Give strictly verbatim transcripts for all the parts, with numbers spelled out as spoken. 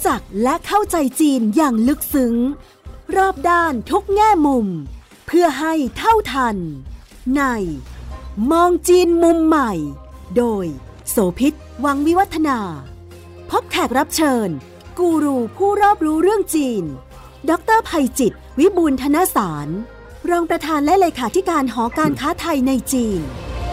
จักและเข้าใจจีนอย่างลึกซึ้งรอบด้านทุกแง่มุมเพื่อให้เท่าทันในมองจีนมุมใหม่โดยโสภิต วังวิวัฒนาพบแขกรับเชิญกูรูผู้รอบรู้เรื่องจีนดร.ไพจิตร วิบูลย์ธนสารรองประธานและเลขาธิการหอการค้าไทยในจีน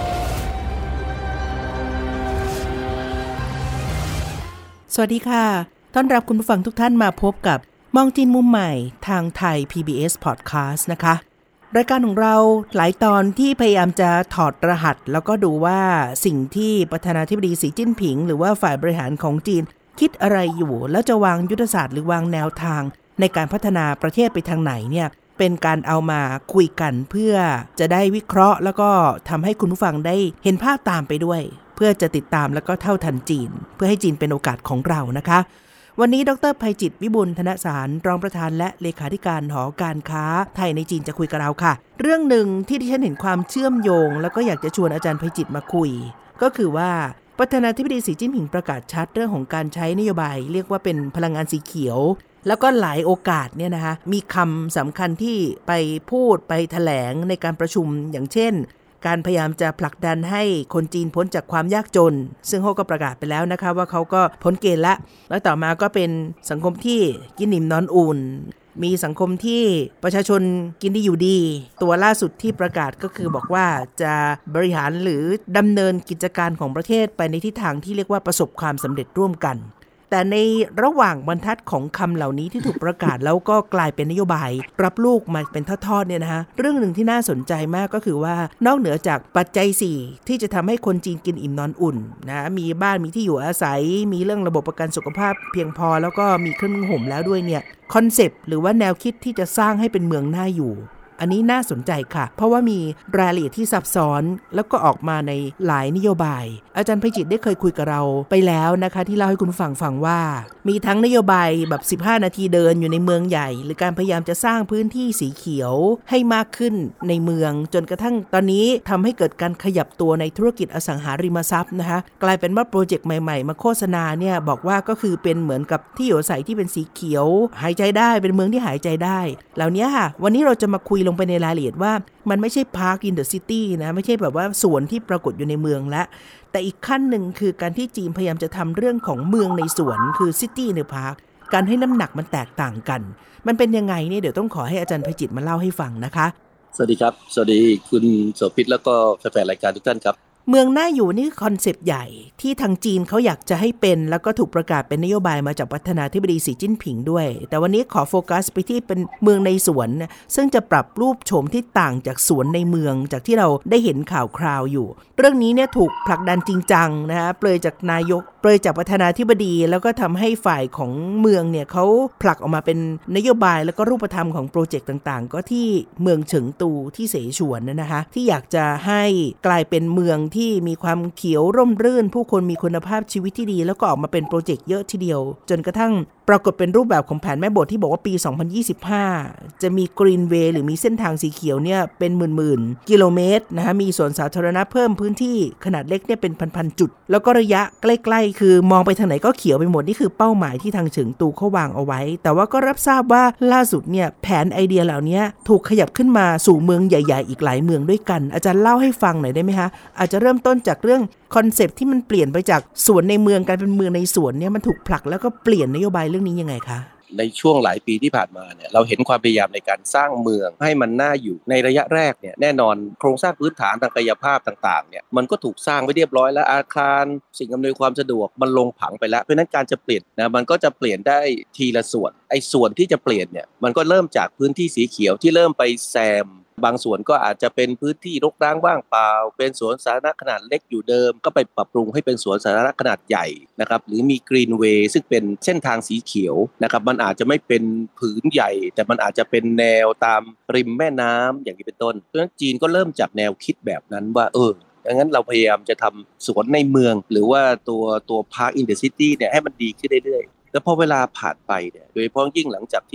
สวัสดีค่ะต้อนรับคุณผู้ฟังทุกท่านมาพบกับมองจีนมุมใหม่ทางไทย พี บี เอส Podcast นะคะรายการของเราหลายตอนที่พยายามจะถอดรหัสแล้วก็ดูว่าสิ่งที่ประธานาธิบดีสีจิ้นผิงหรือว่าฝ่ายบริหารของจีนคิดอะไรอยู่แล้วจะวางยุทธศาสตร์หรือวางแนวทางในการพัฒนาประเทศไปทางไหนเนี่ยเป็นการเอามาคุยกันเพื่อจะได้วิเคราะห์แล้วก็ทำให้คุณผู้ฟังได้เห็นภาพตามไปด้วยเพื่อจะติดตามแล้วก็เท่าทันจีนเพื่อให้จีนเป็นโอกาสของเรานะคะวันนี้ดร.ไพจิตร วิบูลย์ธนสารรองประธานและเลขาธิการหอการค้าไทยในจีนจะคุยกับเราค่ะเรื่องหนึ่งที่ดิฉันเห็นความเชื่อมโยงแล้วก็อยากจะชวนอาจารย์ไพจิตรมาคุยก็คือว่าประธานาธิบดีสีจิ้นผิงประกาศชัดเรื่องของการใช้นโยบายเรียกว่าเป็นพลังงานสีเขียวแล้วก็หลายโอกาสเนี่ยนะคะมีคำสำคัญที่ไปพูดไปแถลงในการประชุมอย่างเช่นการพยายามจะผลักดันให้คนจีนพ้นจากความยากจนซึ่งเขาก็ประกาศไปแล้วนะคะว่าเขาก็พ้นเกณฑ์ละแล้วต่อมาก็เป็นสังคมที่กินอิ่มนอนอุ่นมีสังคมที่ประชาชนกินดีอยู่ดีตัวล่าสุดที่ประกาศก็คือบอกว่าจะบริหารหรือดำเนินกิจการของประเทศไปในทิศทางที่เรียกว่าประสบความสำเร็จร่วมกันแต่ในระหว่างบรรทัดของคำเหล่านี้ที่ถูกประกาศแล้วก็กลายเป็นนโยบายรับลูกมาเป็นทอดๆเนี่ยนะคะเรื่องหนึ่งที่น่าสนใจมากก็คือว่านอกเหนือจากปัจจัยสี่ที่จะทำให้คนจีนกินอิ่มนอนอุ่นนะมีบ้านมีที่อยู่อาศัยมีเรื่องระบบประกันสุขภาพเพียงพอแล้วก็มีเครื่องนุ่งห่มแล้วด้วยเนี่ยคอนเซปต์หรือว่าแนวคิดที่จะสร้างให้เป็นเมืองน่าอยู่อันนี้น่าสนใจค่ะเพราะว่ามีรายละเอียดที่ซับซ้อนแล้วก็ออกมาในหลายนโยบายอาจารย์ไพจิตรได้เคยคุยกับเราไปแล้วนะคะที่เล่าให้คุณฟังฟังว่ามีทั้งนโยบายแบบสิบห้านาทีเดินอยู่ในเมืองใหญ่หรือการพยายามจะสร้างพื้นที่สีเขียวให้มากขึ้นในเมืองจนกระทั่งตอนนี้ทำให้เกิดการขยับตัวในธุรกิจอสังหาริมทรัพย์นะคะกลายเป็นว่าโปรเจกต์ใหม่ๆมาโฆษณาเนี่ยบอกว่าก็คือเป็นเหมือนกับที่อยู่อาศัยที่เป็นสีเขียวหายใจได้เป็นเมืองที่หายใจได้เหล่านี้ค่ะวันนี้เราจะมาคุยลงไปในรายละเอียดว่ามันไม่ใช่พาร์คอินเดอะซิตี้นะไม่ใช่แบบว่าสวนที่ปรากฏอยู่ในเมืองละแต่อีกขั้นหนึ่งคือการที่จีนพยายามจะทำเรื่องของเมืองในสวนคือซิตี้ในพาร์คการให้น้ำหนักมันแตกต่างกันมันเป็นยังไงเนี่ยเดี๋ยวต้องขอให้อาจารย์ไพจิตรมาเล่าให้ฟังนะคะสวัสดีครับสวัสดีคุณโสภิตแล้วก็แฟนๆรายการทุกท่านครับเมืองน่าอยู่นี่คือคอนเซปต์ใหญ่ที่ทางจีนเขาอยากจะให้เป็นแล้วก็ถูกประกาศเป็นนโยบายมาจากประธานาธิบดีสีจิ้นผิงด้วยแต่วันนี้ขอโฟกัสไปที่เป็นเมืองในสวนซึ่งจะปรับรูปโฉมที่ต่างจากสวนในเมืองจากที่เราได้เห็นข่าวคราวอยู่เรื่องนี้เนี่ยถูกผลักดันจริงจังนะฮะเปรยจากนายกเปรยจากประธานาธิบดีแล้วก็ทำให้ฝ่ายของเมืองเนี่ยเขาผลักออกมาเป็นนโยบายแล้วก็รูปธรรมของโปรเจกต์ต่างๆก็ที่เมืองเฉิงตูที่เสฉวนนะคะที่อยากจะให้กลายเป็นเมืองที่มีความเขียวร่มรื่นผู้คนมีคุณภาพชีวิตที่ดีแล้วก็ออกมาเป็นโปรเจกต์เยอะทีเดียวจนกระทั่งปรากฏเป็นรูปแบบของแผนแม่บทที่บอกว่าปีสองพันยี่สิบห้าจะมีกรีนเวย์หรือมีเส้นทางสีเขียวเนี่ยเป็นหมื่นๆกิโลเมตรนะคะมีสวนสาธารณะเพิ่มพื้นที่ขนาดเล็กเนี่ยเป็นพันๆจุดแล้วก็ระยะใกล้ๆคือมองไปทางไหนก็เขียวไปหมดนี่คือเป้าหมายที่ทางเฉิงตูเขาวางเอาไว้แต่ว่าก็รับทราบว่าล่าสุดเนี่ยแผนไอเดียเหล่านี้ถูกขยับขึ้นมาสู่เมืองใหญ่ๆอีกหลายเมืองด้วยกันอาจารย์เล่าให้ฟังหน่อยได้ไหมคะอาจจะเริ่มต้นจากเรื่องคอนเซปต์ที่มันเปลี่ยนไปจากสวนในเมืองกลายเป็นเมืองในสวนเนี่ยมันถูกผลักแล้วก็เปลี่ยนนโยบายเรื่องนี้ยังไงคะในช่วงหลายปีที่ผ่านมาเนี่ยเราเห็นความพยายามในการสร้างเมืองให้มันน่าอยู่ในระยะแรกเนี่ยแน่นอนโครงสร้างพื้นฐานทางกายภาพต่างๆเนี่ยมันก็ถูกสร้างไว้เรียบร้อยแล้วอาคารสิ่งอำนวยความสะดวกมันลงผังไปแล้วเพราะนั้นการจะเปลี่ยนนะมันก็จะเปลี่ยนได้ทีละส่วนไอ้ส่วนที่จะเปลี่ยนเนี่ยมันก็เริ่มจากพื้นที่สีเขียวที่เริ่มไปแซมบางส่วนก็อาจจะเป็นพื้นที่รกร้างว่างเปล่าเป็นสวนสาธารณะขนาดเล็กอยู่เดิมก็ไปปรับปรุงให้เป็นสวนสาธารณะขนาดใหญ่นะครับหรือมีกรีนเวย์ซึ่งเป็นเส้นทางสีเขียวนะครับมันอาจจะไม่เป็นผืนใหญ่แต่มันอาจจะเป็นแนวตามริมแม่น้ำอย่างนี้เป็นต้นเพราะฉะนั้นจีนก็เริ่มจากแนวคิดแบบนั้นว่าเออดังนั้นเราพยายามจะทำสวนในเมืองหรือว่าตัวตัวพาร์คอินเดอะซิตี้เนี่ยให้มันดีขึ้นเรื่อยๆแล้วพอเวลาผ่านไปเนี่ยโดยเฉพาะยิ่งหลังจากที่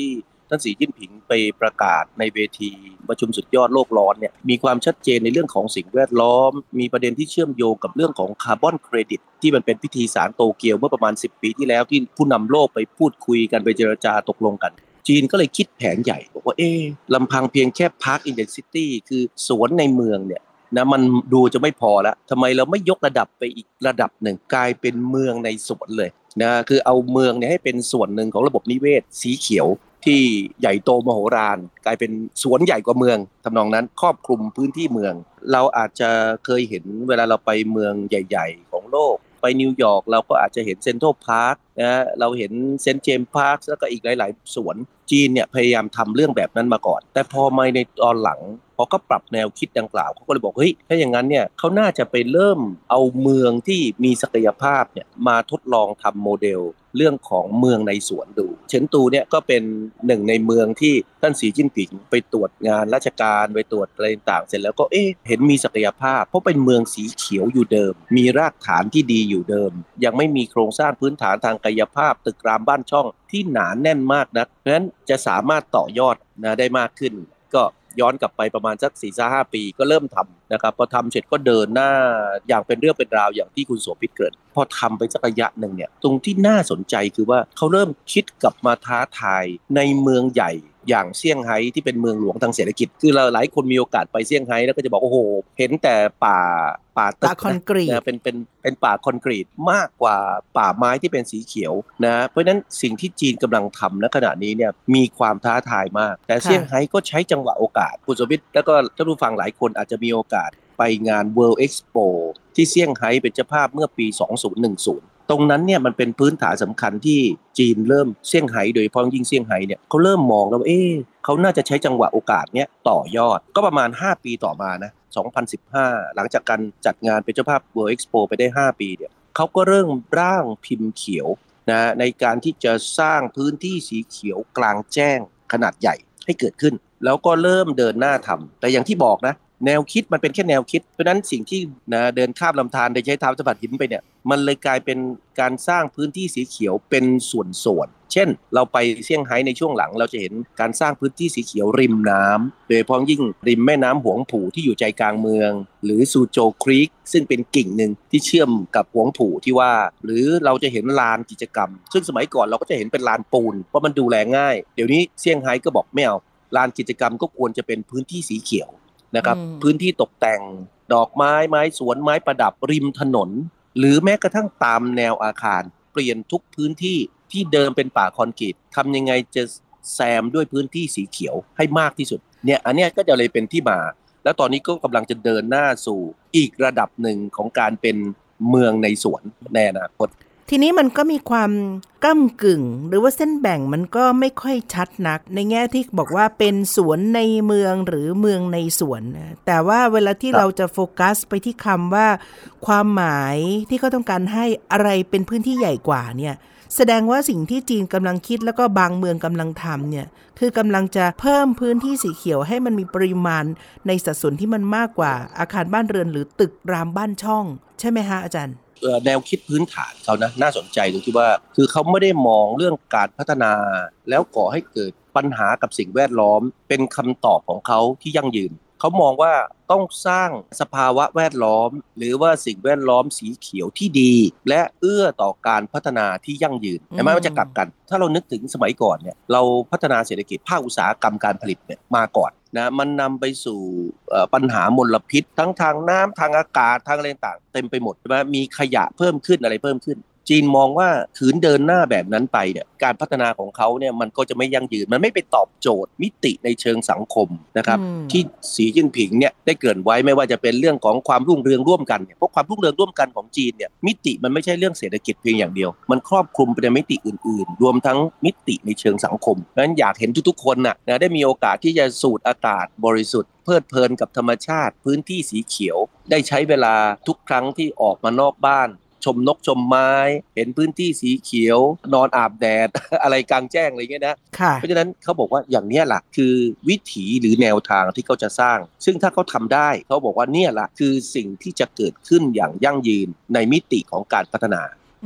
ท่านสีจิ้นผิงไปประกาศในเวทีประชุมสุดยอดโลกร้อนเนี่ยมีความชัดเจนในเรื่องของสิ่งแวดล้อมมีประเด็นที่เชื่อมโยงกับเรื่องของคาร์บอนเครดิตที่มันเป็นพิธีสารโตเกียวเมื่อประมาณสิบปีที่แล้วที่ผู้นำโลกไปพูดคุยกันไปเจรจาตกลงกันจีนก็เลยคิดแผนใหญ่บอกว่าเอ๊ะลำพังเพียงแค่พาร์คอินเดซิตี้คือสวนในเมืองเนี่ยนะมันดูจะไม่พอแล้วทำไมเราไม่ยกระดับไปอีกระดับหนึ่งกลายเป็นเมืองในสวนเลยนะคือเอาเมืองเนี่ยให้เป็นส่วนหนึ่งของระบบนิเวศสีเขียวที่ใหญ่โตมโหฬารกลายเป็นสวนใหญ่กว่าเมืองทำนองนั้นครอบคลุมพื้นที่เมืองเราอาจจะเคยเห็นเวลาเราไปเมืองใหญ่ๆของโลกไปนิวยอร์กเราก็อาจจะเห็นเซ็นทรัลพาร์คนะเราเห็นเซนต์เจมส์พาร์คแล้วก็อีกหลายๆสวนจีนเนี่ยพยายามทำเรื่องแบบนั้นมาก่อนแต่พอมาในตอนหลังพอก็ปรับแนวคิดดังกล่าวเขาก็เลยบอกเฮ้ยถ้าอย่างนั้นเนี่ยเขาน่าจะไปเริ่มเอาเมืองที่มีศักยภาพเนี่ยมาทดลองทำโมเดลเรื่องของเมืองในสวนดูเฉินตูเนี่ยก็เป็นหนึ่งในเมืองที่ท่านสีจิ้นผิงไปตรวจงานราชการไปตรวจอะไรต่างเสร็จแล้วก็เอ๊ะเห็นมีศักยภาพเพราะเป็นเมืองสีเขียวอยู่เดิมมีรากฐานที่ดีอยู่เดิมยังไม่มีโครงสร้างพื้นฐานทางกายภาพตึกรามบ้านช่องที่หนาแน่นมากนักเพราะฉะนั้นจะสามารถต่อยอดนะได้มากขึ้นก็ย้อนกลับไปประมาณสัก สี่ถึงห้า ปีก็เริ่มทำนะครับพอทำเสร็จก็เดินหน้าอย่างเป็นเรื่องเป็นราวอย่างที่คุณโสภิตเกิดพอทำไปสักระยะหนึ่งเนี่ยตรงที่น่าสนใจคือว่าเขาเริ่มคิดกลับมาท้าทายในเมืองใหญ่อย่างเซี่ยงไฮ้ที่เป็นเมืองหลวงทางเศรษฐกิจคือเราหลายคนมีโอกาสไปเซี่ยงไฮ้แล้วก็จะบอกโอ้โหเห็นแต่ป่าป่าตึกคอนกรีตนะเป็นเป็นเป็นป่าคอนกรีตมากกว่าป่าไม้ที่เป็นสีเขียวนะเพราะฉะนั้นสิ่งที่จีนกำลังทำณขณะนี้เนี่ยมีความท้าทายมากแต่เซี่ยงไฮ้ก็ใช้จังหวะโอกาสคุณโสภิตแล้วก็ท่านผู้ฟังหลายคนอาจจะมีโอกาสไปงาน World Expo ที่เซี่ยงไฮ้เป็นเจ้าภาพเมื่อปีสองพันสิบตรงนั้นเนี่ยมันเป็นพื้นฐานสำคัญที่จีนเริ่มเซี่ยงไฮ้โดยเฉพาะยิ่งเซี่ยงไฮ้เนี่ยเขาเริ่มมองแล้วว่าเอ๊ะเขาน่าจะใช้จังหวะโอกาสเนี้ยต่อยอดก็ประมาณห้าปีต่อมานะสองพันสิบห้าหลังจากการจัดงานเป็นเจ้าภาพ World Expo ไปได้ห้าปีเนี่ยเขาก็เริ่มร่างพิมพ์เขียวนะในการที่จะสร้างพื้นที่สีเขียวกลางแจ้งขนาดใหญ่ให้เกิดขึ้นแล้วก็เริ่มเดินหน้าทำแต่อย่างที่บอกนะแนวคิดมันเป็นแค่แนวคิดเพราะนั้นสิ่งที่นะเดินข้ามลำธารโดยใช้เท้าสัมผัสหินไปเนี่ยมันเลยกลายเป็นการสร้างพื้นที่สีเขียวเป็นส่วนๆเช่นเราไปเซี่ยงไฮ้ในช่วงหลังเราจะเห็นการสร้างพื้นที่สีเขียวริมน้ำโดยเฉพาะยิ่งริมแม่น้ำหวงผู่ที่อยู่ใจกลางเมืองหรือซูโจวครีกซึ่งเป็นกิ่งหนึ่งที่เชื่อมกับหวงผู่ที่ว่าหรือเราจะเห็นลานกิจกรรมซึ่งสมัยก่อนเราก็จะเห็นเป็นลานปูนเพราะมันดูแลง่ายเดี๋ยวนี้เซี่ยงไฮ้ก็บอกไม่เอาลานกิจกรรมก็ควรจะเป็นพื้นที่สีเขียวนะครับพื้นที่ตกแต่งดอกไม้ไม้สวนไม้ประดับริมถนนหรือแม้กระทั่งตามแนวอาคารเปลี่ยนทุกพื้นที่ที่เดิมเป็นป่าคอนกรีตทำยังไงจะแซมด้วยพื้นที่สีเขียวให้มากที่สุดเนี่ยอันนี้ก็จะเลยเป็นที่มาแล้วตอนนี้ก็กำลังจะเดินหน้าสู่อีกระดับหนึ่งของการเป็นเมืองในสวนในอนาคตทีนี้มันก็มีความก้ำกึ่งหรือว่าเส้นแบ่งมันก็ไม่ค่อยชัดนักในแง่ที่บอกว่าเป็นสวนในเมืองหรือเมืองในสวนแต่ว่าเวลาที่เราจะโฟกัสไปที่คำว่าความหมายที่เขาต้องการให้อะไรเป็นพื้นที่ใหญ่กว่าเนี่ยแสดงว่าสิ่งที่จีนกำลังคิดแล้วก็บางเมืองกำลังทำเนี่ยคือกำลังจะเพิ่มพื้นที่สีเขียวให้มันมีปริมาณในสัดส่วนที่มันมากกว่าอาคารบ้านเรือนหรือตึกรามบ้านช่องใช่ไหมฮะอาจารย์แนวคิดพื้นฐานเขานะน่าสนใจตรงที่ว่าคือเขาไม่ได้มองเรื่องการพัฒนาแล้วก่อให้เกิดปัญหากับสิ่งแวดล้อมเป็นคำตอบของเขาที่ยั่งยืนเขามองว่าต้องสร้างสภาวะแวดล้อมหรือว่าสิ่งแวดล้อมสีเขียวที่ดีและเอื้อต่อการพัฒนาที่ยั่งยืนแต่ไม่ว่าจะกลับกันถ้าเรานึกถึงสมัยก่อนเนี่ยเราพัฒนาเศรษฐกิจภาคอุตสาหกรรมการผลิตเนี่ยมาก่อนนะมันนำไปสู่ปัญหามลพิษทั้งทางน้ำทางอากาศทางอะไรต่างเต็มไปหมดใช่ไหมมีขยะเพิ่มขึ้นอะไรเพิ่มขึ้นจีนมองว่าขืนเดินหน้าแบบนั้นไปเนี่ยการพัฒนาของเขาเนี่ยมันก็จะไม่ยั่งยืนมันไม่ไปตอบโจทย์มิติในเชิงสังคมนะครับที่สีจิ้นผิงเนี่ยได้เกริ่นไว้ไม่ว่าจะเป็นเรื่องของความรุ่งเรืองร่วมกันเนี่ยเพราะความรุ่งเรืองร่วมกันของจีนเนี่ยมิติมันไม่ใช่เรื่องเศรษฐกิจเพียงอย่างเดียวมันครอบคลุมไปในมิติอื่นๆรวมทั้งมิติในเชิงสังคมเพราะฉะนั้นอยากเห็นทุกๆคนน่ะนะได้มีโอกาสที่จะสูดอากาศบริสุทธิ์เพลิดเพลินกับธรรมชาติพื้นที่สีเขียวได้ใช้เวลาทุกครั้งที่ออกมานอกบ้านชมนกชมไม้เห็นพื้นที่สีเขียวนอนอาบแดด อะไรกลางแจ้งอะไรเงี้ยนะเพราะฉะนั้นเขาบอกว่าอย่างนี้แหละคือวิถีหรือแนวทางที่เขาจะสร้างซึ่งถ้าเขาทำได้เขาบอกว่าเนี่ยแหละคือสิ่งที่จะเกิดขึ้นอย่างยั่งยืนในมิติของการพัฒนา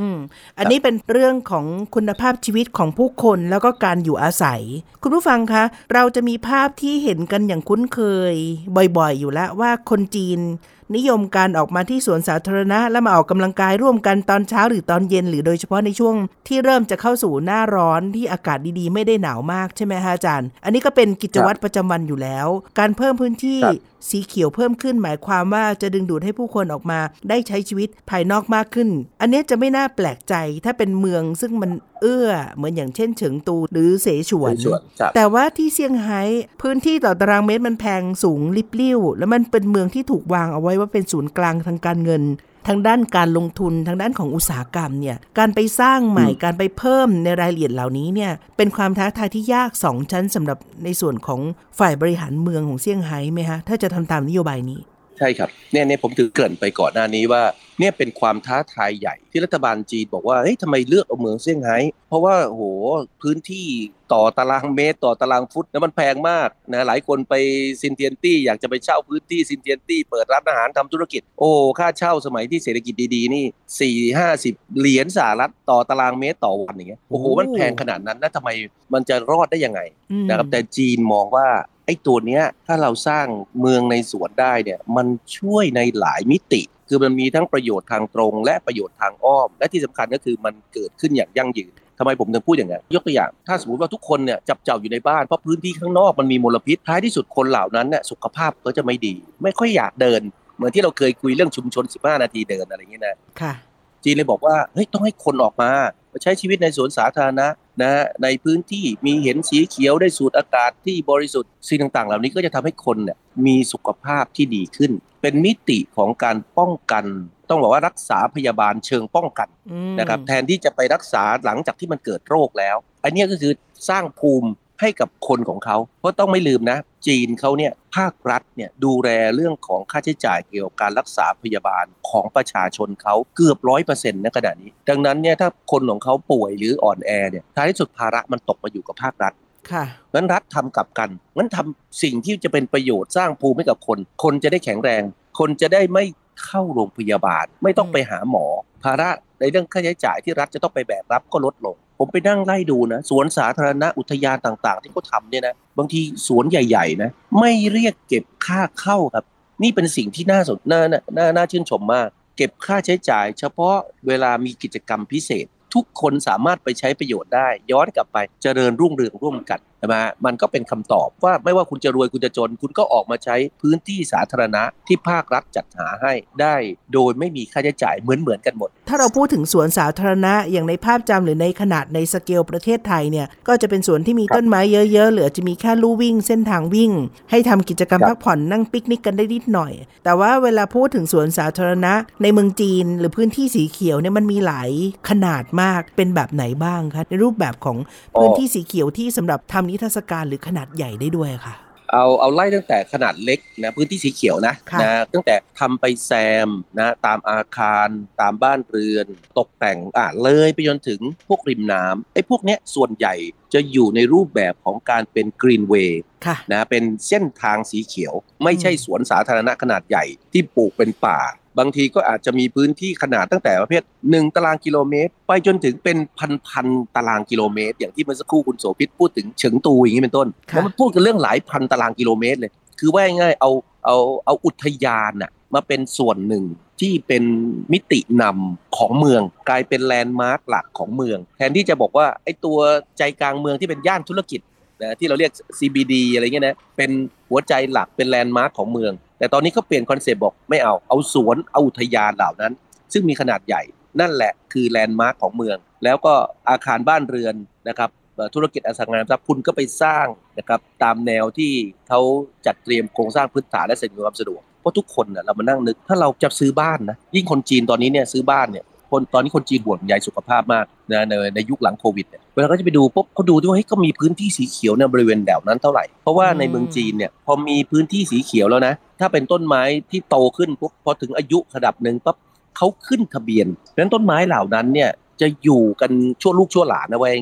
อืมอันนี้เป็นเรื่องของคุณภาพชีวิตของผู้คนแล้วก็การอยู่อาศัยคุณผู้ฟังคะเราจะมีภาพที่เห็นกันอย่างคุ้นเคยบ่อยๆอยู่แล้วว่าคนจีนนิยมการออกมาที่สวนสาธารณะแล้วมาออกกำลังกายร่วมกันตอนเช้าหรือตอนเย็นหรือโดยเฉพาะในช่วงที่เริ่มจะเข้าสู่หน้าร้อนที่อากาศดีๆไม่ได้หนาวมากใช่ไหมคะอาจารย์อันนี้ก็เป็นกิจวัตรประจำวันอยู่แล้วการเพิ่มพื้นที่สีเขียวเพิ่มขึ้นหมายความว่าจะดึงดูดให้ผู้คนออกมาได้ใช้ชีวิตภายนอกมากขึ้นอันนี้จะไม่น่าแปลกใจถ้าเป็นเมืองซึ่งมันเอื้อเหมือนอย่างเช่นเฉิงตูหรือเสฉวนแต่ว่าที่เซี่ยงไฮ้พื้นที่ต่อตารางเมตรมันแพงสูงลิบลิ่วแล้วมันเป็นเมืองที่ถูกวางเอาไว้ว่าเป็นศูนย์กลางทางการเงินทางด้านการลงทุนทางด้านของอุตสาหกรรมเนี่ยการไปสร้างใหม่การไปเพิ่มในรายละเอียดเหล่านี้เนี่ยเป็นความท้าทายที่ยากสองชั้นสำหรับในส่วนของฝ่ายบริหารเมืองของเซี่ยงไฮ้ไหมคะถ้าจะทำตามนโยบายนี้ใช่ครับเนี่ยเนี่ยผมถึงเกริ่นไปก่อนหน้านี้ว่าเนี่ยเป็นความท้าทายใหญ่ที่รัฐบาลจีนบอกว่าเฮ้ยทำไมเลือกเอาเมืองเซี่ยงไฮ้เพราะว่าโหพื้นที่ต่อตารางเมตรต่อตารางฟุตแล้วมันแพงมากนะหลายคนไปซินเทียนตี้อยากจะไปเช่าพื้นที่ซินเทียนตี้เปิดร้านอาหารทำธุรกิจโอ้ค่าเช่าสมัยที่เศรษฐกิจดีๆนี่ สี่ถึงห้าสิบ เหรียญสหรัฐต่อตารางเมตรต่อวันอย่างเงี้ยโอ้โหมันแพงขนาดนั้นนะทำไมมันจะรอดได้ยังไงนะครับแต่จีนมองว่าไอ้ตัวเนี้ยถ้าเราสร้างเมืองในสวนได้เนี่ยมันช่วยในหลายมิติคือมันมีทั้งประโยชน์ทางตรงและประโยชน์ทางอ้อมและที่สำคัญก็คือมันเกิดขึ้นอย่างยั่งยืนทำไมผมถึงพูดอย่างนั้นยกตัวอย่างถ้าสมมติว่าทุกคนเนี่ยจับเจ่าอยู่ในบ้านเพราะพื้นที่ข้างนอกมันมีมลพิษท้ายที่สุดคนเหล่านั้นเนี่ยสุขภาพก็จะไม่ดีไม่ค่อยอยากเดินเหมือนที่เราเคยคุยเรื่องชุมชนสิบห้านาทีเดินอะไรอย่างเงี้ยนะค่ะจีนเลยบอกว่าเฮ้ยต้องให้คนออกมาใช้ชีวิตในสวนสาธารณะนะในพื้นที่มีเห็นสีเขียวได้สูดอากาศที่บริสุทธิ์สิ่งต่างๆเหล่านี้ก็จะทำให้คนเนี่ยมีสุขภาพที่ดีขึ้นเป็นมิติของการป้องกันต้องบอกว่ารักษาพยาบาลเชิงป้องกันนะครับแทนที่จะไปรักษาหลังจากที่มันเกิดโรคแล้วอันนี้ก็คือสร้างภูมิให้กับคนของเขาเพราะต้องไม่ลืมนะจีนเขาเนี่ยภาครัฐเนี่ยดูแลเรื่องของค่าใช้จ่ายเกี่ยวกับการรักษาพยาบาลของประชาชนเขาเกือบ ร้อยเปอร์เซ็นต์ ในขณะนี้ดังนั้นเนี่ยถ้าคนของเขาป่วยหรืออ่อนแอเนี่ยท้ายที่สุดภาระมันตกมาอยู่กับภาครัฐค่ะงั้นรัฐทำกลับกันงั้นทำสิ่งที่จะเป็นประโยชน์สร้างภูมิให้กับคนคนจะได้แข็งแรงคนจะได้ไม่เข้าโรงพยาบาลไม่ต้องไปหาหมอภาระในเรื่องค่าใช้จ่ายที่รัฐจะต้องไปแบกรับก็ลดลงผมไปนั่งไล่ดูนะสวนสาธารณะอุทยานต่างๆที่เขาทำเนี่ยนะบางทีสวนใหญ่ๆนะไม่เรียกเก็บค่าเข้าครับนี่เป็นสิ่งที่น่าสนน่าน่าน่าชื่นชมมากเก็บค่าใช้จ่ายเฉพาะเวลามีกิจกรรมพิเศษทุกคนสามารถไปใช้ประโยชน์ได้ย้อนกลับไปเจริญรุ่งเรืองร่วมกันใช่ไหมมันก็เป็นคำตอบว่าไม่ว่าคุณจะรวยคุณจะจนคุณก็ออกมาใช้พื้นที่สาธารณะที่ภาครัฐจัดหาให้ได้โดยไม่มีค่าใช้จ่ายเหมือนเหมือนกันหมดถ้าเราพูดถึงสวนสาธารณะอย่างในภาพจำหรือในขนาดในสเกลประเทศไทยเนี่ยก็จะเป็นสวนที่มีต้นไม้เยอะๆเหลือจะมีแค่ลู่วิ่งเส้นทางวิ่งให้ทำกิจกรรมพักผ่อนนั่งปิกนิกกันได้นิดหน่อยแต่ว่าเวลาพูดถึงสวนสาธารณะในเมืองจีนหรือพื้นที่สีเขียวเนี่ยมันมีหลายขนาดมากเป็นแบบไหนบ้างคะในรูปแบบของพื้นที่สีเขียวที่สำหรับทำนิทรรศการหรือขนาดใหญ่ได้ด้วยค่ะเอาเอาไล่ตั้งแต่ขนาดเล็กนะพื้นที่สีเขียวนะนะตั้งแต่ทำไปแซมนะตามอาคารตามบ้านเรือนตกแต่งอ่ะเลยไปจนถึงพวกริมน้ำไอ้พวกเนี้ยส่วนใหญ่จะอยู่ในรูปแบบของการเป็นกรีนเวย์นะเป็นเส้นทางสีเขียวไม่ใช่สวนสาธารณะขนาดใหญ่ที่ปลูกเป็นป่าบางทีก็อาจจะมีพื้นที่ขนาดตั้งแต่ประเภทหนึ่งตารางกิโลเมตรไปจนถึงเป็นพันๆตารางกิโลเมตรอย่างที่เมื่อสักครู่คุณโสภิตพูดถึงเฉิงตูอย่างนี้เป็นต้นแล้วมันพูดกันเรื่องหลายพันตารางกิโลเมตรเลยคือว่าง่ายๆเอาเอาเอาอุทยานน่ะมาเป็นส่วนหนึ่งที่เป็นมิตินำของเมืองกลายเป็นแลนด์มาร์คหลักของเมืองแทนที่จะบอกว่าไอ้ตัวใจกลางเมืองที่เป็นย่านธุรกิจนะที่เราเรียก ซี บี ดี อะไรเงี้ยนะเป็นหัวใจหลักเป็นแลนด์มาร์คของเมืองแต่ตอนนี้เขาเปลี่ยนคอนเซปต์บอกไม่เอาเอาสวนเอาอุทยานเหล่านั้นซึ่งมีขนาดใหญ่นั่นแหละคือแลนด์มาร์คของเมืองแล้วก็อาคารบ้านเรือนนะครับธุรกิจอสังหาริมทรัพย์คุณก็ไปสร้างนะครับตามแนวที่เขาจัดเตรียมโครงสร้างพื้นฐานและสิ่งอำนวยความสะดวกเพราะทุกคนนะเรามานั่งนึกถ้าเราจะซื้อบ้านนะยิ่งคนจีนตอนนี้เนี่ยซื้อบ้านเนี่ยคนตอนนี้คนจีนห่วงใยสุขภาพมากนะในในยุคหลังโควิดเนี่ยเวลาเขาจะไปดูปุ๊บเขาดูด้วยว่าเฮ้ยก็มีพื้นที่สีเขียวในบริเวณแถวนั้นเท่าไหร่เพราะว่าในเมืองจีนเนี่ยพอมีพื้นที่สีเขียวแล้วนะถ้าเป็นต้นไม้ที่โตขึ้นปุ๊บพอถึงอายุระดับหนึ่งปั๊บเขาขึ้นทะเบียนเพราะฉะนั้นต้นไม้เหล่านั้นเนี่ยจะอยู่กันชั่วลูกชั่วหลานนะว่าง่าย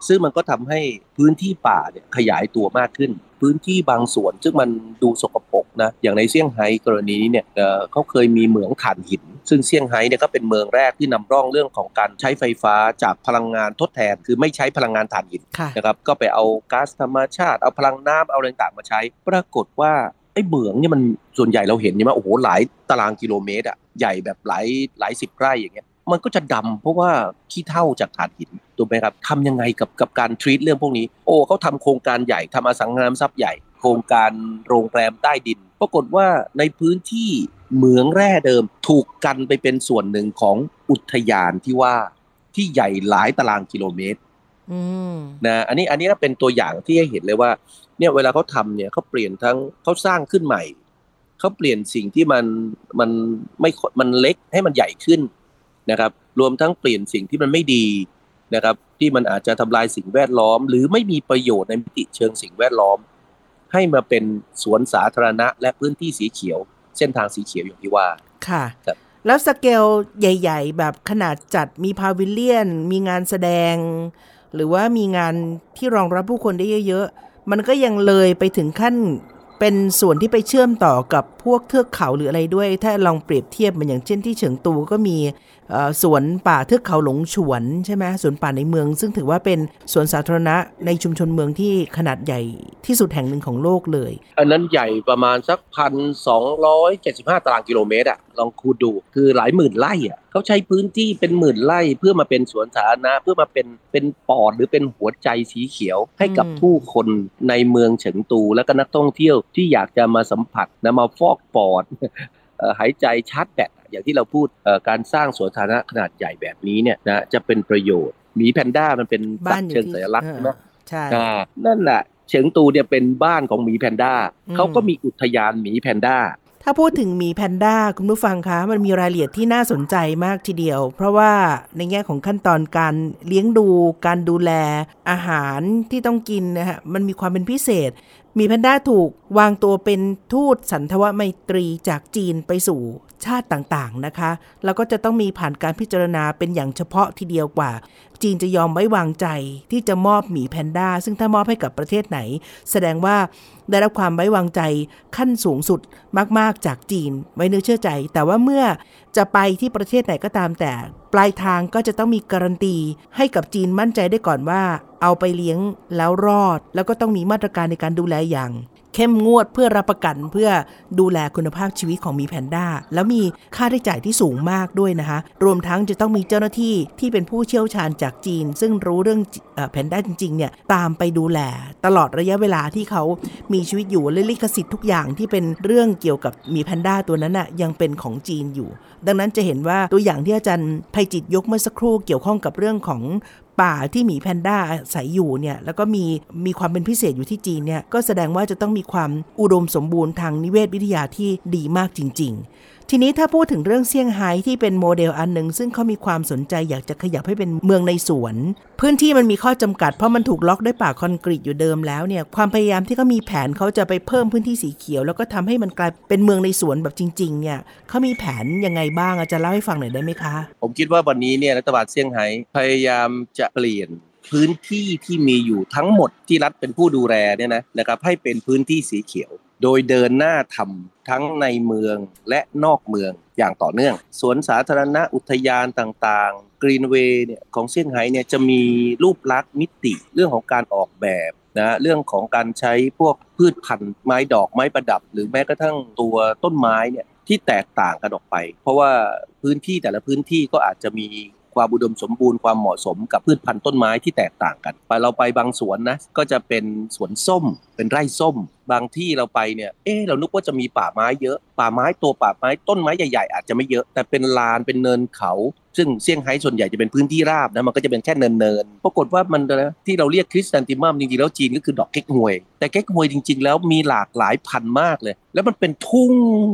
ซึ่งมันก็ทำให้พื้นที่ป่าเนี่ยขยายตัวมากขึ้นพื้นที่บางส่วนซึ่งมันดูสกปรกนะอย่างในเซี่ยงไฮ้กรณีนี้เนี่ย เอ่อ เขาเคยมีเหมืองถ่านหินซึ่งเซี่ยงไฮ้เนี่ยก็เป็นเมืองแรกที่นำร่องเรื่องของการใช้ไฟฟ้าจากพลังงานทดแทนคือไม่ใช้พลังงานถ่านหินนะครับก็ไปเอาก๊าซธรรมชาติเอาพลังน้ำเอาอะไรต่างๆมาใช้ปรากฏว่าไอ้เหมืองเนี่ยมันส่วนใหญ่เราเห็นใช่ไหมโอ้โหหลายตารางกิโลเมตรอะใหญ่แบบหลายหลายสิบไร่อย่างเงี้ยมันก็จะดำเพราะว่าขี้เถ้าจากถ่านหินถูกไหมครับทำยังไงกับกับการทรีตเรื่องพวกนี้โอ้เขาทำโครงการใหญ่ทำอสังหาริมทรัพย์ใหญ่โครงการโรงแรมใต้ดินปรากฏว่าในพื้นที่เหมืองแร่เดิมถูกกันไปเป็นส่วนหนึ่งของอุทยานที่ว่าที่ใหญ่หลายตารางกิโลเมตรนะอันนี้อันนี้ก็เป็นตัวอย่างที่ให้เห็นเลยว่าเนี่ยเวลาเขาทำเนี่ยเขาเปลี่ยนทั้งเขาสร้างขึ้นใหม่เขาเปลี่ยนสิ่งที่มันมันไม่มันเล็กให้มันใหญ่ขึ้นนะครับรวมทั้งเปลี่ยนสิ่งที่มันไม่ดีนะครับที่มันอาจจะทำลายสิ่งแวดล้อมหรือไม่มีประโยชน์ในมิติเชิงสิ่งแวดล้อมให้มาเป็นสวนสาธารณะและพื้นที่สีเขียวเส้นทางสีเขียวอย่างที่ว่าค่ะแล้วสเกลใหญ่ๆแบบขนาดจัดมีพาวิลเลียนมีงานแสดงหรือว่ามีงานที่รองรับผู้คนได้เยอะๆมันก็ยังเลยไปถึงขั้นเป็นส่วนที่ไปเชื่อมต่อกับพวกเทือกเขาหรืออะไรด้วยถ้าลองเปรียบเทียบมันอย่างเช่นที่เฉิงตูก็มีสวนป่าเทือกเขาหลงฉวนใช่ไหมสวนป่าในเมืองซึ่งถือว่าเป็นสวนสาธารณะในชุมชนเมืองที่ขนาดใหญ่ที่สุดแห่งหนึ่งของโลกเลยอันนั้นใหญ่ประมาณสัก หนึ่งพันสองร้อยเจ็ดสิบห้า ตารางกิโลเมตรอะลองคูณดูคือหลายหมื่นไร่อะเขาใช้พื้นที่เป็นหมื่นไร่เพื่อมาเป็นสวนสาธารณะเพื่อมาเป็นเป็นปอดหรือเป็นหัวใจสีเขียวให้กับผู้คนในเมืองเฉิงตูและก็นักท่องเที่ยวที่อยากจะมาสัมผัสนะมาฟอกปอด หายใจชาร์จแบตอย่างที่เราพูดการสร้างสวนสาธารณะขนาดใหญ่แบบนี้เนี่ยนะจะเป็นประโยชน์หมีแพนด้ามันเป็นสัตว์เชิงสัญลักษณ์ใช่ไหมใช่นั่นแหละเฉิงตูเนี่ยเป็นบ้านของหมีแพนด้าเขาก็มีอุทยานหมีแพนด้าถ้าพูดถึงหมีแพนด้าคุณผู้ฟังคะมันมีรายละเอียดที่น่าสนใจมากทีเดียวเพราะว่าในแง่ของขั้นตอนการเลี้ยงดูการดูแลอาหารที่ต้องกินนะฮะมันมีความเป็นพิเศษหมีแพนด้าถูกวางตัวเป็นทูตสันทวไมตรีจากจีนไปสู่ชาติต่างๆนะคะแล้วก็จะต้องมีผ่านการพิจารณาเป็นอย่างเฉพาะทีเดียวกว่าจีนจะยอมไว้วางใจที่จะมอบหมีแพนด้าซึ่งถ้ามอบให้กับประเทศไหนแสดงว่าได้รับความไว้วางใจขั้นสูงสุดมากๆจากจีนไว้เนื้อเชื่อใจแต่ว่าเมื่อจะไปที่ประเทศไหนก็ตามแต่ปลายทางก็จะต้องมีการันตีให้กับจีนมั่นใจได้ก่อนว่าเอาไปเลี้ยงแล้วรอดแล้วก็ต้องมีมาตรการในการดูแลอย่างเข้มงวดเพื่อรับประกันเพื่อดูแลคุณภาพชีวิตของหมีแพนด้าแล้วมีค่าใช้จ่ายที่สูงมากด้วยนะคะรวมทั้งจะต้องมีเจ้าหน้าที่ที่เป็นผู้เชี่ยวชาญจากจีนซึ่งรู้เรื่องแพนด้าจริงๆเนี่ยตามไปดูแลตลอดระยะเวลาที่เขามีชีวิตอยู่และลิขสิทธิ์ทุกอย่างที่เป็นเรื่องเกี่ยวกับหมีแพนด้าตัวนั้นน่ะยังเป็นของจีนอยู่ดังนั้นจะเห็นว่าตัวอย่างที่อาจารย์ไพจิตรยกเมื่อสักครู่เกี่ยวข้องกับเรื่องของป่าที่หมีแพนด้าอาศัยอยู่เนี่ยแล้วก็มีมีความเป็นพิเศษอยู่ที่จีนเนี่ยก็แสดงว่าจะต้องมีความอุดมสมบูรณ์ทางนิเวศวิทยาที่ดีมากจริงๆทีนี้ถ้าพูดถึงเรื่องเซี่ยงไฮ้ที่เป็นโมเดลอันนึงซึ่งเขามีความสนใจอยากจะขยับให้เป็นเมืองในสวนพื้นที่มันมีข้อจำกัดเพราะมันถูกล็อกด้วยป่าคอนกรีตอยู่เดิมแล้วเนี่ยความพยายามที่เขามีแผนเขาจะไปเพิ่มพื้นที่สีเขียวแล้วก็ทำให้มันกลายเป็นเมืองในสวนแบบจริงๆเนี่ยเขามีแผนยังไงบ้างอาจารย์เล่าให้ฟังหน่อยได้ไหมคะผมคิดว่าวันนี้เนี่ยรัฐบาลเซี่ยงไฮ้พยายามจะเปลี่ยนพื้นที่ที่มีอยู่ทั้งหมดที่รัฐเป็นผู้ดูแลเนี่ยนะนะครับให้เป็นพื้นที่สีเขียวโดยเดินหน้าทำทั้งในเมืองและนอกเมืองอย่างต่อเนื่องสวนสาธารณะอุทยานต่างๆกรีนเวย์เนี่ยของเซี่ยงไฮ้เนี่ยจะมีรูปลักษณ์มิติเรื่องของการออกแบบนะเรื่องของการใช้พวกพืชพันธุ์ไม้ดอกไม้ประดับหรือแม้กระทั่งตัวต้นไม้เนี่ยที่แตกต่างกันออกไปเพราะว่าพื้นที่แต่ละพื้นที่ก็อาจจะมีความอุดมสมบูรณ์ความเหมาะสมกับพืชพันธุ์ต้นไม้ที่แตกต่างกันไปเราไปบางสวนนะก็จะเป็นสวนส้มเป็นไร่ส้มบางที่เราไปเนี่ยเอ๊ะเรานึกว่าจะมีป่าไม้เยอะป่าไม้ตัวป่าไม้ต้นไม้ใหญ่ๆอาจจะไม่เยอะแต่เป็นลานเป็นเนินเขาซึ่งเซี่ยงไฮ้ส่วนใหญ่จะเป็นพื้นที่ราบนะมันก็จะเป็นแค่เนินๆปรากฏว่ามันนะที่เราเรียกคริสแซนติมัมจริงๆแล้วจีนก็คือดอกเก๊กฮวยแต่เก๊กฮวยจริงๆแล้วมีหลากหลายพันธุ์มากเลยแล้วมันเป็นทุ่ง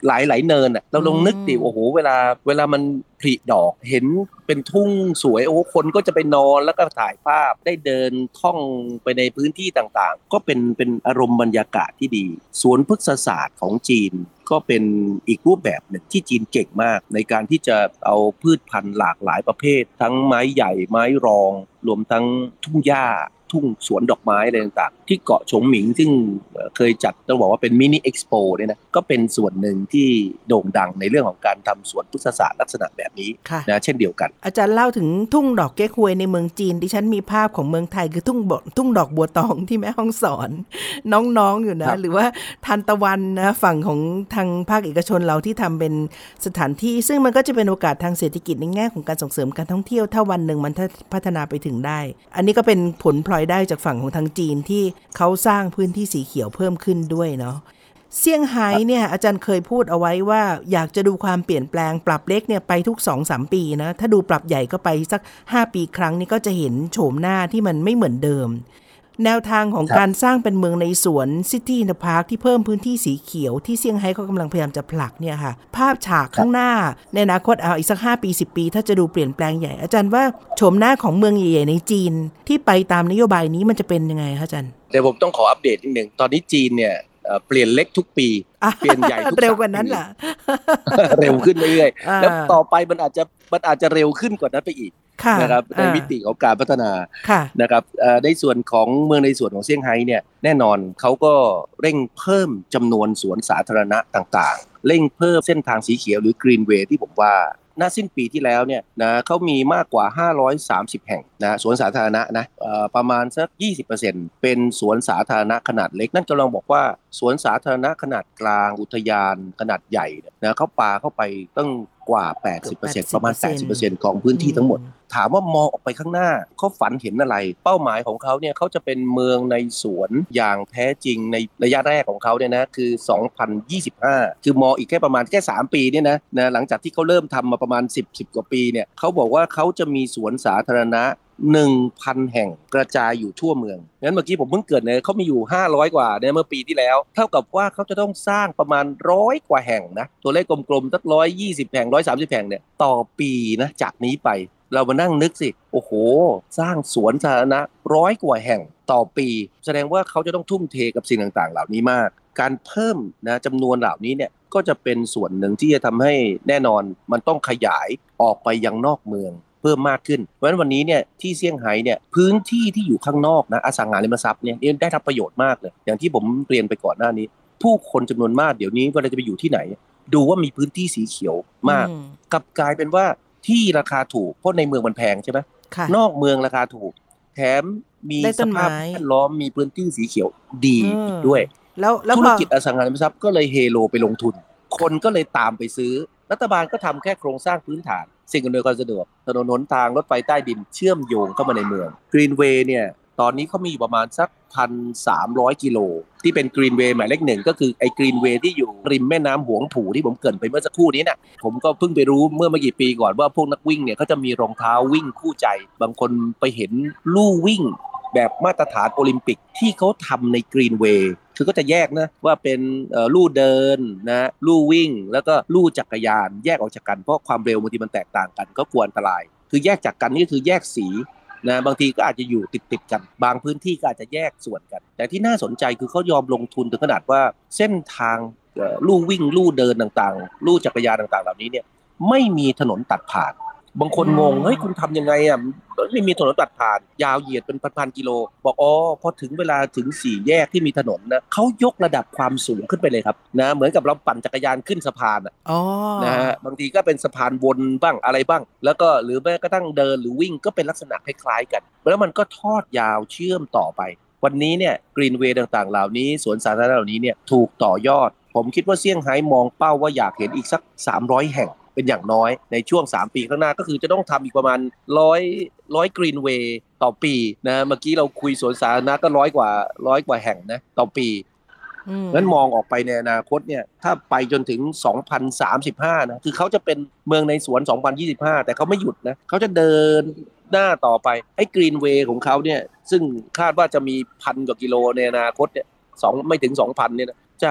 หลายหลายเนินอ่ะเราลองนึกดิโอ้โหเวลาเวลามันผลิดอกเห็นเป็นทุ่งสวยโอ้คนก็จะไปนอนแล้วก็ถ่ายภาพได้เดินท่องไปในพื้นที่ต่างๆก็เป็นเป็นอารมณ์บรรยากาศที่ดีสวนพฤกษศาสตร์ของจีนก็เป็นอีกรูปแบบหนึ่งที่จีนเก่งมากในการที่จะเอาพืชพันธุ์หลากหลายประเภททั้งไม้ใหญ่ไม้รองรวมทั้งทุ่งหญ้าทุ่งสวนดอกไม้อะไรต่างๆที่เกาะฉงหมิงซึ่งเคยจัดต้องบอกว่าเป็นมินิเอ็กซ์โปเนี่ยนะก็เป็นส่วนหนึ่งที่โด่งดังในเรื่องของการทำสวนพฤกษศาสตร์ลักษณะแบบนี้นะเช่นเดียวกันอาจารย์เล่าถึงทุ่งดอกเก๊กฮวยในเมืองจีนดิฉันมีภาพของเมืองไทยคือทุ่งทุ่งดอกบัวตองที่แม่ฮ่องสอนน้องๆอยู่นะหรือว่าทานตะวันนะฝั่งของทางภาคเอกชนเราที่ทำเป็นสถานที่ซึ่งมันก็จะเป็นโอกาสทางเศรษฐกิจในแง่ของการส่งเสริมการท่องเที่ยวถ้าวันหนึ่งมันพัฒนาไปถึงได้อันนี้ก็เป็นผลพลอยได้จากฝั่งของทางจีนที่เขาสร้างพื้นที่สีเขียวเพิ่มขึ้นด้วยเนาะเซี่ยงไฮ้เนี่ยอาจารย์เคยพูดเอาไว้ว่าอยากจะดูความเปลี่ยนแปลงปรับเล็กเนี่ยไปทุก สองถึงสาม ปีนะถ้าดูปรับใหญ่ก็ไปสักห้าปีครั้งนี่ก็จะเห็นโฉมหน้าที่มันไม่เหมือนเดิมแนวทางของการสร้างเป็นเมืองในสวนซิตี้อินเตอร์พาร์คที่เพิ่มพื้นที่สีเขียวที่เซี่ยงไฮ้เขากำลังพยายามจะผลักเนี่ยค่ะภาพฉากข้างหน้าในอนาคตเอาอีกสักห้าปีสิบปีถ้าจะดูเปลี่ยนแปลงใหญ่อาจารย์ว่าโฉมหน้าของเมืองใหญ่ๆในจีนที่ไปตามนโยบายนี้มันจะเป็นยังไงคะอาจารย์เดี๋ยวผมต้องขออัปเดตนิดนึงตอนนี้จีนเนี่ยเปลี่ยนเล็กทุกปีเปลี่ยนใหญ่ทุกเร็วกว่านั้นล่ะเร็วขึ้นเรื่อยๆแล้วต่อไปมันอาจจะมันอาจจะเร็วขึ้นกว่านั้นไปอีกนะครับในมิติของการพัฒนานะครับในส่วนของเมืองในส่วนของเซี่ยงไฮ้เนี่ยแน่นอนเขาก็เร่งเพิ่มจำนวนสวนสาธารณะต่างๆเร่งเพิ่มเส้นทางสีเขียวหรือกรีนเวย์ที่ผมว่าณสิ้นปีที่แล้วเนี่ยนะเขามีมากกว่าห้าร้อยสามสิบแห่งนะสวนสาธารณะนะประมาณสัก ยี่สิบเปอร์เซ็นต์ เป็นสวนสาธารณะขนาดเล็กนั่นกำลังบอกว่าสวนสาธารณะขนาดกลางอุทยานขนาดใหญ่นะเขาปาเข้าไปตั้งกว่า แปดสิบเปอร์เซ็นต์ ประมาณ แปดสิบเปอร์เซ็นต์ ของพื้นที่ทั้งหมดถามว่ามองออกไปข้างหน้าเขาฝันเห็นอะไรเป้าหมายของเขาเนี่ยเขาจะเป็นเมืองในสวนอย่างแท้จริงในระยะแรกของเขาเนี่ยนะคือสองพันยี่สิบห้าคือมองอีกแค่ประมาณแค่สามปีเนี่ยนะนะหลังจากที่เขาเริ่มทำมาประมาณสิบ สิบกว่าปีเนี่ยเขาบอกว่าเขาจะมีสวนสาธารณะ หนึ่งพัน แห่งกระจายอยู่ทั่วเมืองงั้นเมื่อกี้ผมเพิ่งเกิดเนี่ยเขามีอยู่ห้าร้อยกว่าเนี่ยเมื่อปีที่แล้วเท่ากับว่าเขาจะต้องสร้างประมาณร้อยกว่าแห่งนะตัวเลขกลมๆสักหนึ่งร้อยยี่สิบแห่งหนึ่งร้อยสามสิบแห่งเนี่ยต่อปีนะจากนี้ไปเรามานั่งนึกสิโอ้โหสร้างสวนสาธารณะร้อยกว่าแห่งต่อปีแสดงว่าเขาจะต้องทุ่มเทกับสิ่งต่างๆเหล่านี้มากการเพิ่มนะจำนวนเหล่านี้เนี่ยก็จะเป็นส่วนหนึ่งที่จะทำให้แน่นอนมันต้องขยายออกไปยังนอกเมืองเพิ่มมากขึ้นเพราะฉะนั้นวันนี้เนี่ยที่เซี่ยงไฮ้เนี่ยพื้นที่ที่อยู่ข้างนอกนะอสังหาริมทรัพย์เนี่ยได้รับประโยชน์มากเลยอย่างที่ผมเรียนไปก่อนหน้านี้ผู้คนจำนวนมากเดี๋ยวนี้เวลาจะไปอยู่ที่ไหนดูว่ามีพื้นที่สีเขียวมากกลับกลายเป็นว่าที่ราคาถูกเพราะในเมืองมันแพงใช่ไหมนอกเมืองราคาถูกแถมมีสภาพแวดล้อมมีพื้นที่สีเขียวดีอีกด้วยแล้วธุรกิจอสังหาริมทรัพย์ก็เลยเฮโลไปลงทุนคนก็เลยตามไปซื้อรัฐบาลก็ทำแค่โครงสร้างพื้นฐานสิ่งอำนวยความสะดวกถนนหนทางรถไฟใต้ดินเชื่อมโยงเข้ามาในเมืองกรีนเวย์เนี่ยตอนนี้เขามีอยู่ประมาณสัก หนึ่งพันสามร้อย กิโลที่เป็นกรีนเวย์หมายเลขหนึ่งก็คือไอ้กรีนเวย์ที่อยู่ริมแม่น้ำหวงผู่ที่ผมเกริ่นไปเมื่อสักครู่นี้เนี่ยผมก็เพิ่งไปรู้เมื่อไม่กี่ปีก่อนว่าพวกนักวิ่งเนี่ยเขาจะมีรองเท้าวิ่งคู่ใจบางคนไปเห็นลู่วิ่งแบบมาตรฐานโอลิมปิกที่เขาทำในกรีนเวย์คือก็จะแยกนะว่าเป็นลู่เดินนะลู่วิ่งแล้วก็ลู่จักรยานแยกออกจากกันเพราะความเร็วบางทีมันแตกต่างกันก็กลัวอันตรายคือแยกจากกันนี่คือแยกสีนะบางทีก็อาจจะอยู่ติดติดกันบางพื้นที่ก็อาจจะแยกส่วนกันแต่ที่น่าสนใจคือเขายอมลงทุนถึงขนาดว่าเส้นทางลู่วิ่งลู่เดินต่างๆลู่จักรยานต่างๆเหล่านี้เนี่ยไม่มีถนนตัดผ่านบางคนงงเฮ้ยคุณทำยังไงอ่ะไม่มีถนนตัดผ่านยาวเหยียดเป็นพันๆกิโลบอกอ๋อพอถึงเวลาถึงสี่แยกที่มีถนนนะเขายกระดับความสูงขึ้นไปเลยครับนะเหมือนกับเราปั่นจักรยานขึ้นสะพานอ่ะนะฮะบางทีก็เป็นสะพานวนบ้างอะไรบ้างแล้วก็หรือแม้กระทั่งเดินหรือวิ่งก็เป็นลักษณะคล้ายๆกันแล้วมันก็ทอดยาวเชื่อมต่อไปวันนี้เนี่ยกรีนเวย์ต่างๆเหล่านี้สวนสาธารณะเหล่านี้เนี่ยถูกต่อยอดผมคิดว่าเซี่ยงไฮ้มองเป้าว่าอยากเห็นอีกสักสามร้อยแห่งเป็นอย่างน้อยในช่วงสามปีข้างหน้าก็คือจะต้องทำอีกประมาณหนึ่งร้อย หนึ่งร้อยกรีนเวย์ต่อปีนะเมื่อกี้เราคุยสวนสาธารณะก็ร้อยกว่าร้อยกว่าแห่งนะต่อปีงั้นมองออกไปในอนาคตเนี่ยถ้าไปจนถึงสองพันสามสิบห้านะคือเขาจะเป็นเมืองในสวนสองพันยี่สิบห้าแต่เขาไม่หยุดนะเขาจะเดินหน้าต่อไปไอ้กรีนเวย์ของเขาเนี่ยซึ่งคาดว่าจะมีพันกว่ากิโลในอนาคตเนี่ยสองไม่ถึง สองพัน เนี่ยนะจะ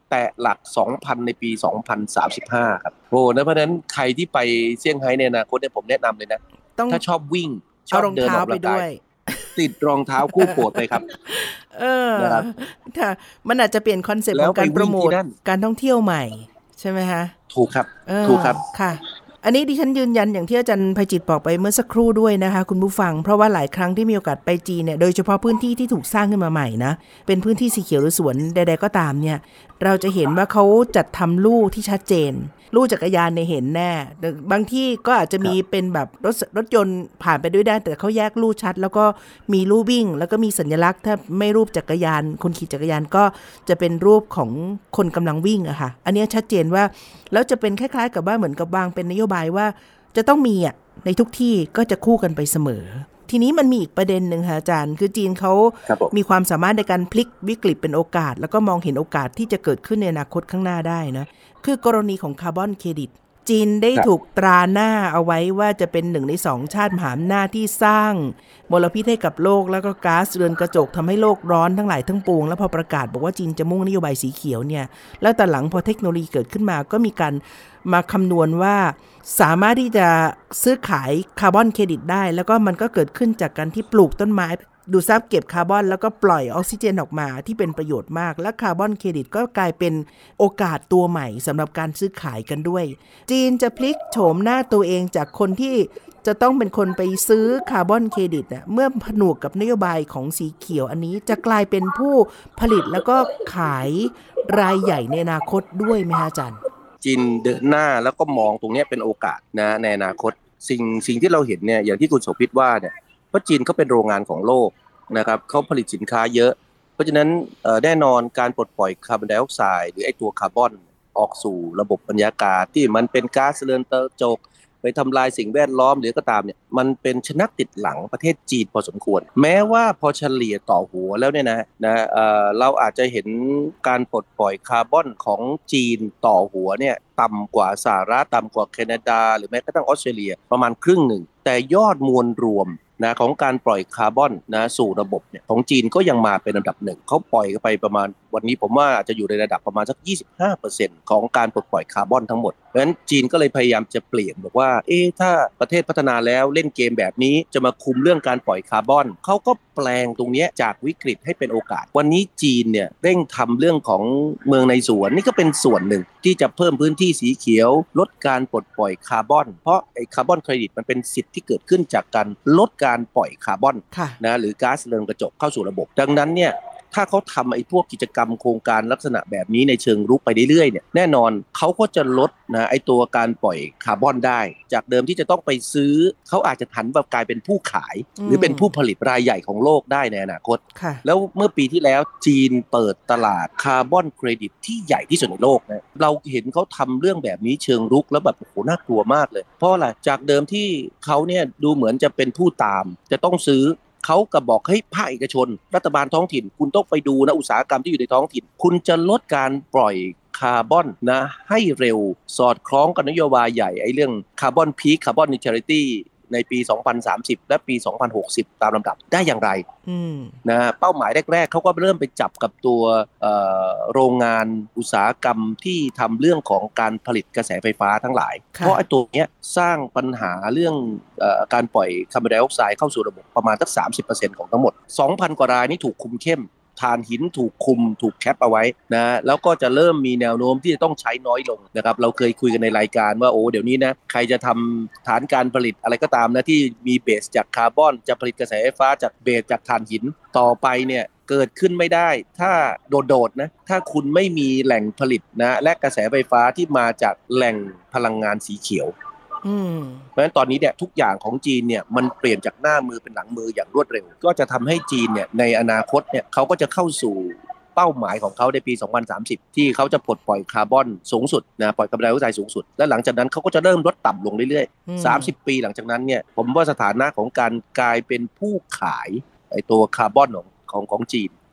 แตะหลัก สองพัน ในปี สองพันสามสิบห้า ครับโอ้นะเพราะฉะนั้นใครที่ไปเซี่ยงไฮ้ในอนาคตเนี่ยผมแนะนำเลยนะถ้าชอบวิ่งชอบเดินออกกำลังกายติดรองเท้าคู่โปรดไปครับเออค่ะมันอาจจะเปลี่ยนคอนเซ็ปต์ของการโปรโมทการท่องเที่ยวใหม่ใช่ไหมคะถูกครับถูกครับค่ะอันนี้ดิฉันยืนยันอย่างที่อาจารย์ไพจิตรบอกไปเมื่อสักครู่ด้วยนะคะคุณผู้ฟังเพราะว่าหลายครั้งที่มีโอกาสไปจีนเนี่ยโดยเฉพาะพื้นที่ที่ถูกสร้างขึ้นมาใหม่นะเป็นพื้นที่สีเขียวหรือสวนใดๆก็ตามเนี่ยเราจะเห็นว่าเขาจัดทำลู่ที่ชัดเจนลู่จักรยานเนี่ยเห็นแน่บางที่ก็อาจจะมีเป็นแบบรถรถยนต์ผ่านไปด้วยได้แต่เขาแยกลู่ชัดแล้วก็มีลู่วิ่งแล้วก็มีสัญลักษณ์ถ้าไม่รูปจักรยานคนขี่จักรยานก็จะเป็นรูปของคนกำลังวิ่งอะค่ะอันนี้ชัดเจนว่าแล้วจะเป็นคล้ายๆกับว่าเหมือนกับวางเป็นนโยบายว่าจะต้องมีอ่ะในทุกที่ก็จะคู่กันไปเสมอทีนี้มันมีอีกประเด็นหนึ่งค่ะอาจารย์คือจีนเขามีความสามารถในการพลิกวิกฤตเป็นโอกาสแล้วก็มองเห็นโอกาสที่จะเกิดขึ้นในอนาคตข้างหน้าได้นะคือกรณีของคาร์บอนเครดิตจีนได้ถูกตราหน้าเอาไว้ว่าจะเป็นหนึ่งในสองชาติมหาอำนาจที่สร้างมลพิษให้กับโลกแล้วก็ก๊าซเรือนกระจกทำให้โลกร้อนทั้งหลายทั้งปวงแล้วพอประกาศบอกว่าจีนจะมุ่งนโยบายสีเขียวเนี่ยแล้วแต่หลังพอเทคโนโลยีเกิดขึ้นมาก็มีการมาคำนวณว่าสามารถที่จะซื้อขายคาร์บอนเครดิตได้แล้วก็มันก็เกิดขึ้นจากการที่ปลูกต้นไม้ดูดซับเก็บคาร์บอนแล้วก็ปล่อยออกซิเจนออกมาที่เป็นประโยชน์มากและคาร์บอนเครดิตก็กลายเป็นโอกาสตัวใหม่สำหรับการซื้อขายกันด้วยจีนจะพลิกโฉมหน้าตัวเองจากคนที่จะต้องเป็นคนไปซื้อคาร์บอนเครดิตเมื่อผนวกกับนโยบายของสีเขียวอันนี้จะกลายเป็นผู้ผลิตแล้วก็ขายรายใหญ่ในอนาคตด้วยไหมอาจารย์จีนเดินหน้าแล้วก็มองตรงนี้เป็นโอกาสนะในอนาคตสิ่งสิ่งที่เราเห็นเนี่ยอย่างที่คุณโสภิตว่าเนี่ยเพราะจีนเขาเป็นโรงงานของโลกนะครับเขาผลิตสินค้าเยอะเพราะฉะนั้นแน่นอนการปลดปล่อยคาร์บอนไดออกไซด์หรือไอ้ตัวคาร์บอนออกสู่ระบบบรรยากาศที่มันเป็นก๊าซเรือนกระจกไปทำลายสิ่งแวดล้อมหรือก็ตามเนี่ยมันเป็นชนะติดหลังประเทศจีนพอสมควรแม้ว่าพอเฉลี่ยต่อหัวแล้วเนี่ยนะนะ เอ่อ เราอาจจะเห็นการปลดปล่อยคาร์บอนของจีนต่อหัวเนี่ยต่ำกว่าสหรัฐต่ำกว่าแคนาดาหรือแม้กระทั่งออสเตรเลียประมาณครึ่งหนึ่งแต่ยอดมวลรวมนะของการปล่อยคาร์บอนนะสู่ระบบเนี่ยของจีนก็ยังมาเป็นอันดับหนึ่งเขาปล่อยไปประมาณวันนี้ผมว่าอาจจะอยู่ในระดับประมาณสัก ยี่สิบห้าเปอร์เซ็นต์ ของการปลดปล่อยคาร์บอนทั้งหมดเพราะฉะนั้นจีนก็เลยพยายามจะเปลี่ยนบอกว่าเอ๊ะถ้าประเทศพัฒนาแล้วเล่นเกมแบบนี้จะมาคุมเรื่องการปล่อยคาร์บอนเขาก็แปลงตรงนี้จากวิกฤตให้เป็นโอกาสวันนี้จีนเนี่ยเร่งทำเรื่องของเมืองในสวนนี่ก็เป็นส่วนหนึ่งที่จะเพิ่มพื้นที่สีเขียวลดการปลดปล่อยคาร์บอนเพราะไอ้คาร์บอนเครดิตมันเป็นสิทธิ์ที่เกิดขึ้นจากการลดการปล่อยคาร์บอนนะหรือก๊าซเรือนกระจกเข้าสู่ระบบดังนั้นเนี่ยถ้าเขาทำไอ้พวกกิจกรรมโครงการลักษณะแบบนี้ในเชิงรุกไปเรื่อยๆเนี่ยแน่นอนเขาก็จะลดนะไอ้ตัวการปล่อยคาร์บอนได้จากเดิมที่จะต้องไปซื้อเขาอาจจะหันแบบกลายเป็นผู้ขายหรือเป็นผู้ผลิตรายใหญ่ของโลกได้ในอนาคตแล้วเมื่อปีที่แล้วจีนเปิดตลาดคาร์บอนเครดิตที่ใหญ่ที่สุดในโลกนะเราเห็นเขาทำเรื่องแบบนี้เชิงรุกแล้วแบบโอ้โหน่ากลัวมากเลยเพราะอะไรจากเดิมที่เขาเนี่ยดูเหมือนจะเป็นผู้ตามจะต้องซื้อเขาก็บอกให้ภาคเอกชนรัฐบาลท้องถิ่นคุณต้องไปดูนะอุตสาหกรรมที่อยู่ในท้องถิ่นคุณจะลดการปล่อยคาร์บอนนะให้เร็วสอดคล้องกับนโยบายใหญ่ไอ้เรื่องคาร์บอนพีคคาร์บอนนิวทรัลิตี้ในปี สองพันสามสิบ และปี สองพันหกสิบ ตามลำดับได้อย่างไรนะเป้าหมายแรกๆเขาก็เริ่มไปจับกับตัวโรงงานอุตสาหกรรมที่ทำเรื่องของการผลิตกระแสไฟฟ้าทั้งหลายเพราะไอ้ตัวเนี้ยสร้างปัญหาเรื่องเอ่อการปล่อยคาร์บอนไดออกไซด์เข้าสู่ระบบประมาณสัก สามสิบเปอร์เซ็นต์ ของทั้งหมด สองพัน กว่ารายนี่ถูกคุมเข้มถ่านหินถูกคุมถูกแคปเอาไว้นะแล้วก็จะเริ่มมีแนวโน้มที่จะต้องใช้น้อยลงนะครับเราเคยคุยกันในรายการว่าโอ้เดี๋ยวนี้นะใครจะทำฐานการผลิตอะไรก็ตามนะที่มีเบสจากคาร์บอนจะผลิตกระแสไฟฟ้าจากเบสจากถ่านหินต่อไปเนี่ยเกิดขึ้นไม่ได้ถ้าโดดๆนะถ้าคุณไม่มีแหล่งผลิตนะและกระแสไฟฟ้าที่มาจากแหล่งพลังงานสีเขียวเพราะฉะนั้นตอนนี้เนี่ยทุกอย่างของจีนเนี่ยมันเปลี่ยนจากหน้ามือเป็นหลังมืออย่างรวดเร็วก็จะทำให้จีนเนี่ยในอนาคตเนี่ยเขาก็จะเข้าสู่เป้าหมายของเขาในปี สองพันสามสิบ ที่เขาจะปลดปล่อยคาร์บอนสูงสุดนะปล่อยคาร์บอนไดออกไซด์สูงสุดและหลังจากนั้นเขาก็จะเริ่มลดต่ำลงเรื่อยๆสามสิบปีหลังจากนั้นเนี่ยผมว่าสถานะของการกลายเป็นผู้ขายไอ้ตัวคาร์บอนของของของจีน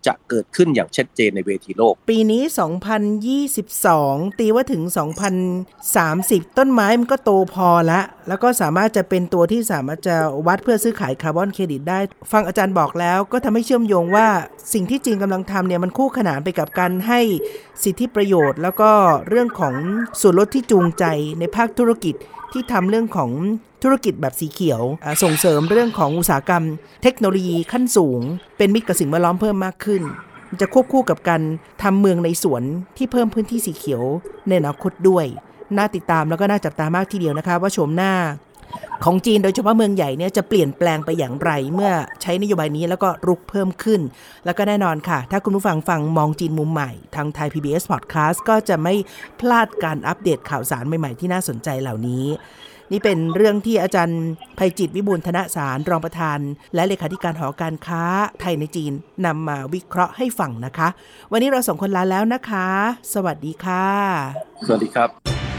จะเกิดขึ้นอย่างชัดเจนในเวทีโลกปีนี้สองพันยี่สิบสองตีว่าถึงสองพันสามสิบต้นไม้มันก็โตพอละแล้วก็สามารถจะเป็นตัวที่สามารถจะวัดเพื่อซื้อขายคาร์บอนเครดิตได้ฟังอาจารย์บอกแล้วก็ทำให้เชื่อมโยงว่าสิ่งที่จีนกำลังทำเนี่ยมันคู่ขนานไปกับการให้สิทธิประโยชน์แล้วก็เรื่องของส่วนลดที่จูงใจในภาคธุรกิจที่ทำเรื่องของธุรกิจแบบสีเขียวส่งเสริมเรื่องของอุตสาหกรรมเทคโนโลยีขั้นสูงเป็นมิตรกับสิ่งแวดล้อมเพิ่มมากขึ้นมันจะควบคู่กับการทำเมืองในสวนที่เพิ่มพื้นที่สีเขียวในอนาคตด้วยน่าติดตามแล้วก็น่าจับตามากทีเดียวนะคะว่าโฉมหน้าของจีนโดยเฉพาะเมืองใหญ่เนี่ยจะเปลี่ยนแปลงไปอย่างไรเมื่อใช้นโยบายนี้แล้วก็รุกเพิ่มขึ้นแล้วก็แน่นอนค่ะถ้าคุณผู้ฟังฟังมองจีนมุมใหม่ทางไทย พี บี เอส Podcast ก็จะไม่พลาดการอัปเดตข่าวสารใหม่ๆที่น่าสนใจเหล่านี้นี่เป็นเรื่องที่อาจารย์ไพจิตรวิบูลย์ธนสารรองประธานและเลขาธิการหอการค้าไทยในจีนนำมาวิเคราะห์ให้ฟังนะคะวันนี้เราสองคนลาแล้วนะคะสวัสดีค่ะสวัสดีครับ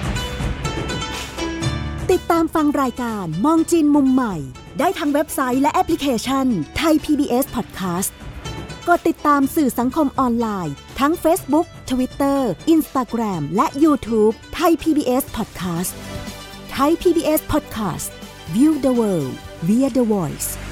ติดตามฟังรายการมองจีนมุมใหม่ได้ทางเว็บไซต์และแอปพลิเคชันไทย พี บี เอส Podcast กดติดตามสื่อสังคมออนไลน์ทั้ง Facebook Twitter Instagram และ YouTube ไทย พี บี เอส Podcast Thai พี บี เอส Podcast View the world via the voice